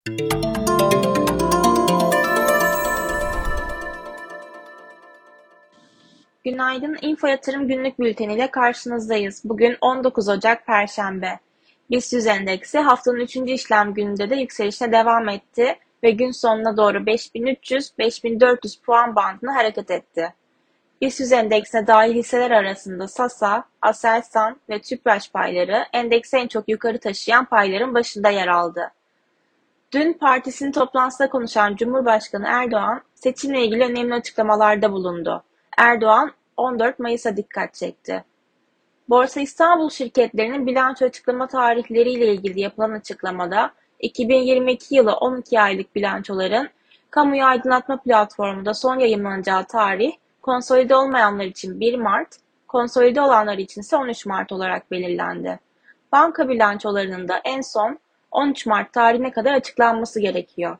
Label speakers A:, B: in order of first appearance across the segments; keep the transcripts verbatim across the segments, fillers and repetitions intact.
A: Günaydın, Info Yatırım Günlük Bülteni ile karşınızdayız. Bugün on dokuz Ocak Perşembe. BIST yüz endeksi haftanın üçüncü işlem gününde de yükselişine devam etti ve gün sonuna doğru beş bin üç yüz beş bin dört yüz puan bandına hareket etti. BIST yüz endeksine dahil hisseler arasında Sasa, Aselsan ve Tüpraş payları endeksi en çok yukarı taşıyan payların başında yer aldı. Dün partisinin toplantısında konuşan Cumhurbaşkanı Erdoğan, seçimle ilgili önemli açıklamalarda bulundu. Erdoğan, on dört Mayıs'a dikkat çekti. Borsa İstanbul şirketlerinin bilanço açıklama tarihleriyle ilgili yapılan açıklamada, iki bin yirmi iki yılı on iki aylık bilançoların kamuya aydınlatma platformunda son yayımlanacağı tarih, konsolide olmayanlar için bir Mart, konsolide olanlar için ise on üç Mart olarak belirlendi. Banka bilançolarının da en son on üç Mart tarihine kadar açıklanması gerekiyor.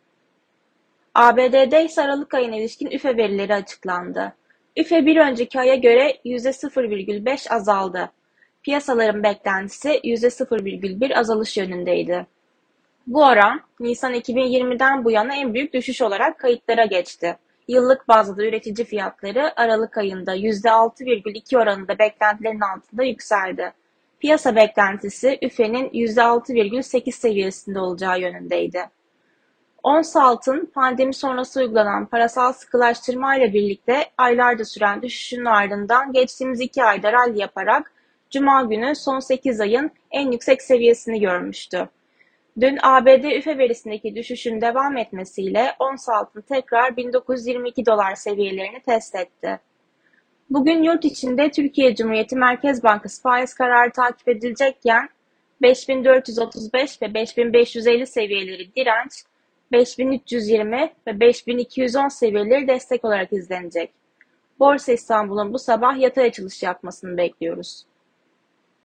A: A B D'de ise Aralık ayına ilişkin üfe verileri açıklandı. Üfe bir önceki aya göre yüzde sıfır virgül beş azaldı. Piyasaların beklentisi yüzde sıfır virgül bir azalış yönündeydi. Bu oran, Nisan iki bin yirmiden bu yana en büyük düşüş olarak kayıtlara geçti. Yıllık bazda üretici fiyatları Aralık ayında yüzde altı virgül iki oranında beklentilerin altında yükseldi. Piyasa beklentisi üfenin yüzde altı virgül sekiz seviyesinde olacağı yönündeydi. Ons altın, pandemi sonrası uygulanan parasal sıkılaştırma ile birlikte aylarca süren düşüşün ardından geçtiğimiz iki ayda rally yaparak Cuma günü son sekiz ayın en yüksek seviyesini görmüştü. Dün A B D üfe verisindeki düşüşün devam etmesiyle ons altın tekrar bin dokuz yüz yirmi iki dolar seviyelerini test etti. Bugün yurt içinde Türkiye Cumhuriyeti Merkez Bankası faiz kararı takip edilecekken beş bin dört yüz otuz beş ve beş bin beş yüz elli seviyeleri direnç, beş bin üç yüz yirmi ve beş bin iki yüz on seviyeleri destek olarak izlenecek. Borsa İstanbul'un bu sabah yatay açılış yapmasını bekliyoruz.